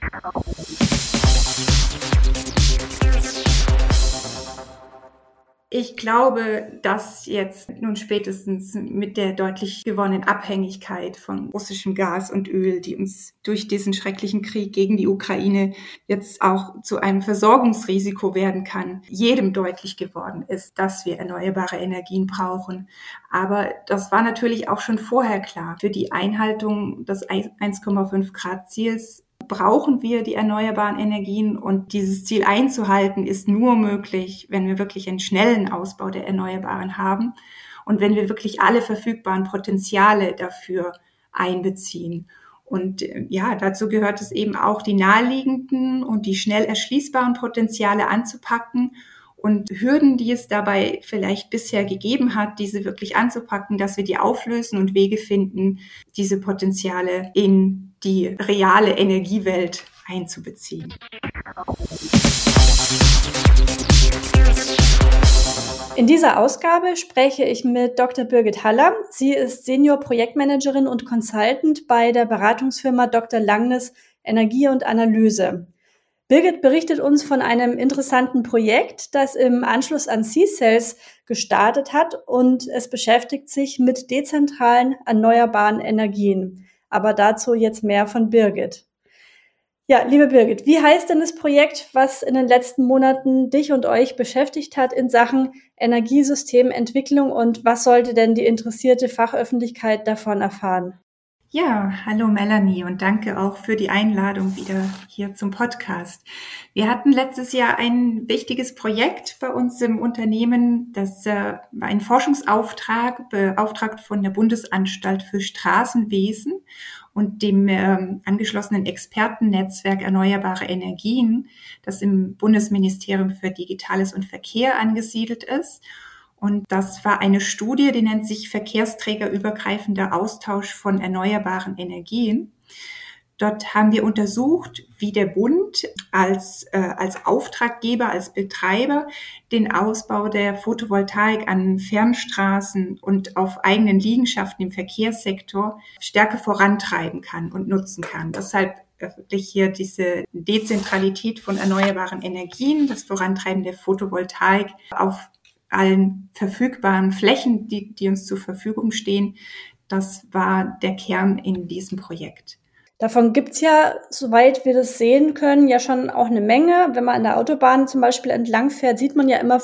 Ich glaube, dass jetzt nun spätestens mit der deutlich gewonnenen Abhängigkeit von russischem Gas und Öl, die uns durch diesen schrecklichen Krieg gegen die Ukraine jetzt auch zu einem Versorgungsrisiko werden kann, jedem deutlich geworden ist, dass wir erneuerbare Energien brauchen. Aber das war natürlich auch schon vorher klar. Für die Einhaltung des 1,5 Grad Ziels brauchen wir die erneuerbaren Energien, und dieses Ziel einzuhalten ist nur möglich, wenn wir wirklich einen schnellen Ausbau der Erneuerbaren haben und wenn wir wirklich alle verfügbaren Potenziale dafür einbeziehen. Und ja, dazu gehört es eben auch, die naheliegenden und die schnell erschließbaren Potenziale anzupacken und Hürden, die es dabei vielleicht bisher gegeben hat, diese wirklich anzupacken, dass wir die auflösen und Wege finden, diese Potenziale in die reale Energiewelt einzubeziehen. In dieser Ausgabe spreche ich mit Dr. Birgit Haller. Sie ist Senior-Projektmanagerin und Consultant bei der Beratungsfirma Dr. Langnes Energie und Analyse. Birgit berichtet uns von einem interessanten Projekt, das im Anschluss an C-Cells gestartet hat, und es beschäftigt sich mit dezentralen erneuerbaren Energien. Aber dazu jetzt mehr von Birgit. Ja, liebe Birgit, wie heißt denn das Projekt, was in den letzten Monaten dich und euch beschäftigt hat in Sachen Energiesystementwicklung, und was sollte denn die interessierte Fachöffentlichkeit davon erfahren? Ja, hallo Melanie, und danke auch für die Einladung wieder hier zum Podcast. Wir hatten letztes Jahr ein wichtiges Projekt bei uns im Unternehmen. Das war ein Forschungsauftrag, beauftragt von der Bundesanstalt für Straßenwesen und dem angeschlossenen Expertennetzwerk Erneuerbare Energien, das im Bundesministerium für Digitales und Verkehr angesiedelt ist. Und das war eine Studie, die nennt sich Verkehrsträgerübergreifender Austausch von erneuerbaren Energien. Dort haben wir untersucht, wie der Bund als Auftraggeber, als Betreiber den Ausbau der Photovoltaik an Fernstraßen und auf eigenen Liegenschaften im Verkehrssektor stärker vorantreiben kann und nutzen kann. Deshalb wirklich hier diese Dezentralität von erneuerbaren Energien, das Vorantreiben der Photovoltaik auf allen verfügbaren Flächen, die uns zur Verfügung stehen. Das war der Kern in diesem Projekt. Davon gibt's ja, soweit wir das sehen können, ja schon auch eine Menge. Wenn man an der Autobahn zum Beispiel entlang fährt, sieht man ja immer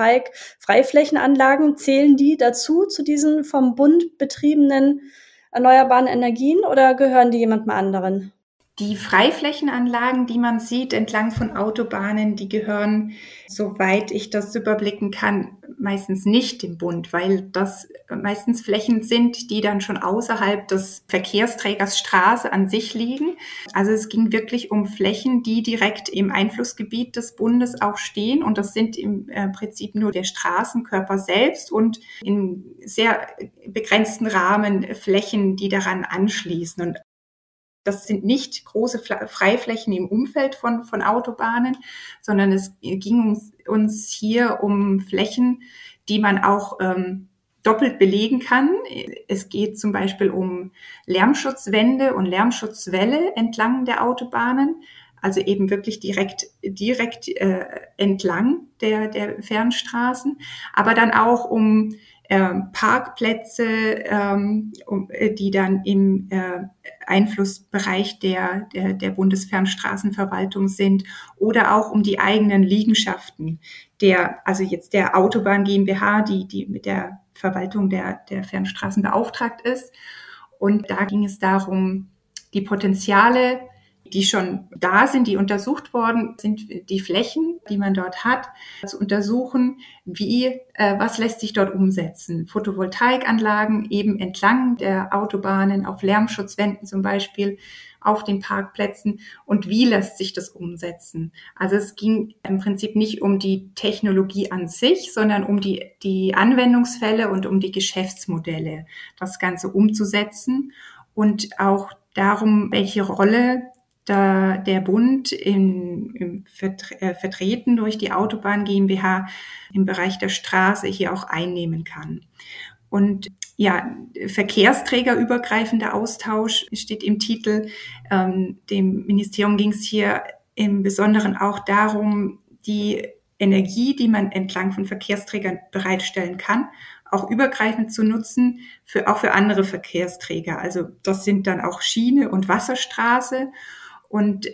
Photovoltaik-Freiflächenanlagen. Zählen die dazu, zu diesen vom Bund betriebenen erneuerbaren Energien, oder gehören die jemandem anderen? Die Freiflächenanlagen, die man sieht entlang von Autobahnen, die gehören, soweit ich das überblicken kann, meistens nicht dem Bund, weil das meistens Flächen sind, die dann schon außerhalb des Verkehrsträgers Straße an sich liegen. Also es ging wirklich um Flächen, die direkt im Einflussgebiet des Bundes auch stehen. Und das sind im Prinzip nur der Straßenkörper selbst und in sehr begrenzten Rahmen Flächen, die daran anschließen. Und das sind nicht große Freiflächen im Umfeld von Autobahnen, sondern es ging uns hier um Flächen, die man auch doppelt belegen kann. Es geht zum Beispiel um Lärmschutzwände und Lärmschutzwälle entlang der Autobahnen, also eben wirklich direkt entlang der Fernstraßen, aber dann auch um Parkplätze, die dann im Einflussbereich der Bundesfernstraßenverwaltung sind, oder auch um die eigenen Liegenschaften der Autobahn GmbH, die mit der Verwaltung der Fernstraßen beauftragt ist. Und da ging es darum, die Potenziale, die schon da sind, die untersucht worden sind, die Flächen, die man dort hat, zu untersuchen, was lässt sich dort umsetzen. Photovoltaikanlagen eben entlang der Autobahnen, auf Lärmschutzwänden zum Beispiel, auf den Parkplätzen, und wie lässt sich das umsetzen. Also es ging im Prinzip nicht um die Technologie an sich, sondern um die Anwendungsfälle und um die Geschäftsmodelle, das Ganze umzusetzen, und auch darum, welche Rolle der Bund vertreten durch die Autobahn GmbH im Bereich der Straße hier auch einnehmen kann. Und ja, verkehrsträgerübergreifender Austausch steht im Titel. Dem Ministerium ging es hier im Besonderen auch darum, die Energie, die man entlang von Verkehrsträgern bereitstellen kann, auch übergreifend zu nutzen, auch für andere Verkehrsträger. Also das sind dann auch Schiene und Wasserstraße und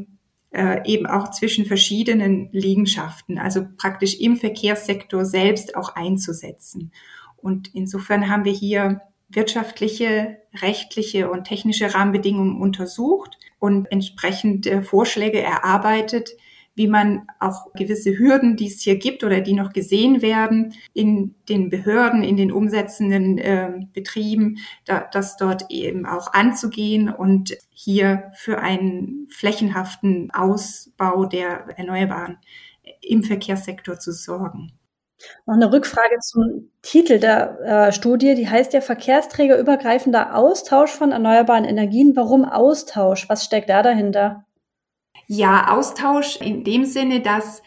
eben auch zwischen verschiedenen Liegenschaften, also praktisch im Verkehrssektor selbst auch einzusetzen. Und insofern haben wir hier wirtschaftliche, rechtliche und technische Rahmenbedingungen untersucht und entsprechend Vorschläge erarbeitet, wie man auch gewisse Hürden, die es hier gibt oder die noch gesehen werden, in den Behörden, in den umsetzenden Betrieben, das dort eben auch anzugehen und hier für einen flächenhaften Ausbau der Erneuerbaren im Verkehrssektor zu sorgen. Noch eine Rückfrage zum Titel der Studie, die heißt ja Verkehrsträgerübergreifender Austausch von erneuerbaren Energien. Warum Austausch? Was steckt da dahinter? Ja, Austausch in dem Sinne, dass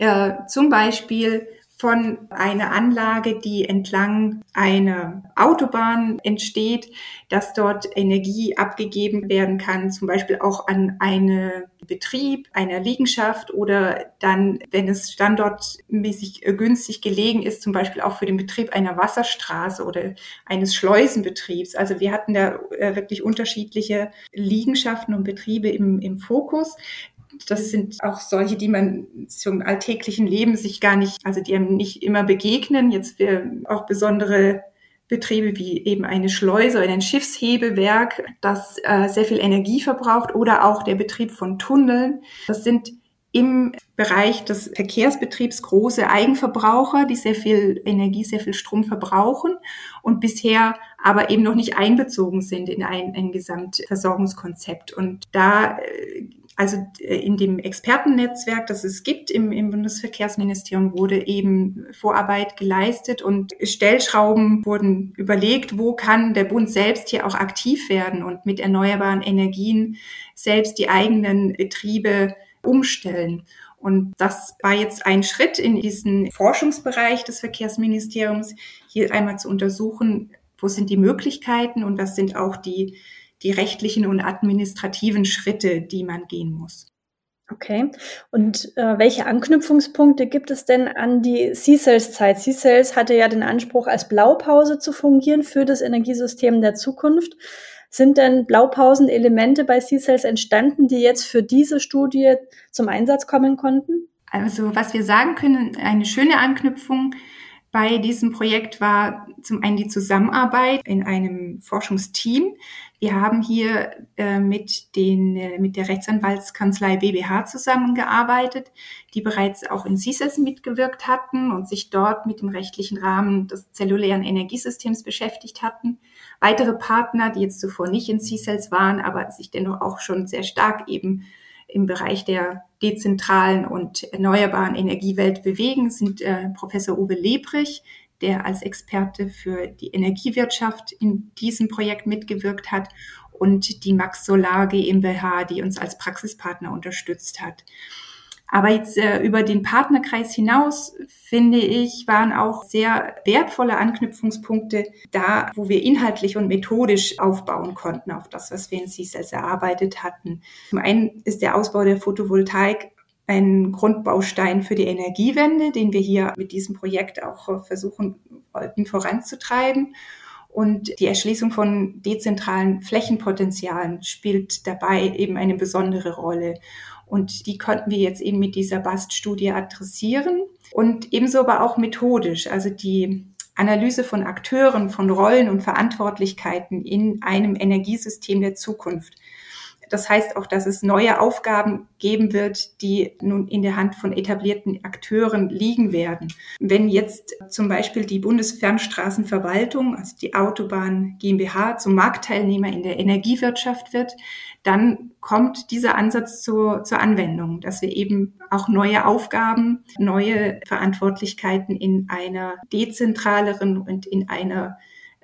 zum Beispiel von einer Anlage, die entlang einer Autobahn entsteht, dass dort Energie abgegeben werden kann, zum Beispiel auch an einen Betrieb einer Liegenschaft oder dann, wenn es standortmäßig günstig gelegen ist, zum Beispiel auch für den Betrieb einer Wasserstraße oder eines Schleusenbetriebs. Also wir hatten da wirklich unterschiedliche Liegenschaften und Betriebe im Fokus. Das sind auch solche, die man zum alltäglichen Leben sich gar nicht, also die einem nicht immer begegnen. Jetzt auch besondere Betriebe wie eben eine Schleuse oder ein Schiffshebewerk, das sehr viel Energie verbraucht, oder auch der Betrieb von Tunneln. Das sind im Bereich des Verkehrsbetriebs große Eigenverbraucher, die sehr viel Energie, sehr viel Strom verbrauchen und bisher aber eben noch nicht einbezogen sind in ein Gesamtversorgungskonzept. Und da also in dem Expertennetzwerk, das es gibt im Bundesverkehrsministerium, wurde eben Vorarbeit geleistet und Stellschrauben wurden überlegt, wo kann der Bund selbst hier auch aktiv werden und mit erneuerbaren Energien selbst die eigenen Betriebe umstellen. Und das war jetzt ein Schritt in diesen Forschungsbereich des Verkehrsministeriums, hier einmal zu untersuchen, wo sind die Möglichkeiten und was sind auch die rechtlichen und administrativen Schritte, die man gehen muss. Okay. Und welche Anknüpfungspunkte gibt es denn an die C-Cells-Zeit? C-Cells hatte ja den Anspruch, als Blaupause zu fungieren für das Energiesystem der Zukunft. Sind denn Blaupausen-Elemente bei C-Cells entstanden, die jetzt für diese Studie zum Einsatz kommen konnten? Also was wir sagen können, eine schöne Anknüpfung bei diesem Projekt war zum einen die Zusammenarbeit in einem Forschungsteam. Wir haben hier mit der Rechtsanwaltskanzlei BBH zusammengearbeitet, die bereits auch in C-Cells mitgewirkt hatten und sich dort mit dem rechtlichen Rahmen des zellulären Energiesystems beschäftigt hatten. Weitere Partner, die jetzt zuvor nicht in C-Cells waren, aber sich dennoch auch schon sehr stark eben im Bereich der dezentralen und erneuerbaren Energiewelt bewegen, sind Professor Uwe Lebrich, der als Experte für die Energiewirtschaft in diesem Projekt mitgewirkt hat, und die Max Solar GmbH, die uns als Praxispartner unterstützt hat. Aber jetzt über den Partnerkreis hinaus, finde ich, waren auch sehr wertvolle Anknüpfungspunkte da, wo wir inhaltlich und methodisch aufbauen konnten auf das, was wir in C-Cells erarbeitet hatten. Zum einen ist der Ausbau der Photovoltaik ein Grundbaustein für die Energiewende, den wir hier mit diesem Projekt auch versuchen wollten voranzutreiben. Und die Erschließung von dezentralen Flächenpotenzialen spielt dabei eben eine besondere Rolle. Und die konnten wir jetzt eben mit dieser BAST-Studie adressieren und ebenso aber auch methodisch, also die Analyse von Akteuren, von Rollen und Verantwortlichkeiten in einem Energiesystem der Zukunft. Das heißt auch, dass es neue Aufgaben geben wird, die nun in der Hand von etablierten Akteuren liegen werden. Wenn jetzt zum Beispiel die Bundesfernstraßenverwaltung, also die Autobahn GmbH, zum Marktteilnehmer in der Energiewirtschaft wird, dann kommt dieser Ansatz zur Anwendung, dass wir eben auch neue Aufgaben, neue Verantwortlichkeiten in einer dezentraleren und in einer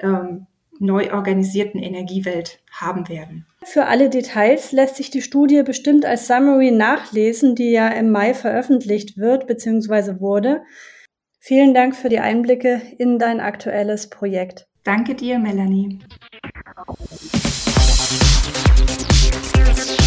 neu organisierten Energiewelt haben werden. Für alle Details lässt sich die Studie bestimmt als Summary nachlesen, die ja im Mai veröffentlicht wird bzw. wurde. Vielen Dank für die Einblicke in dein aktuelles Projekt. Danke dir, Melanie.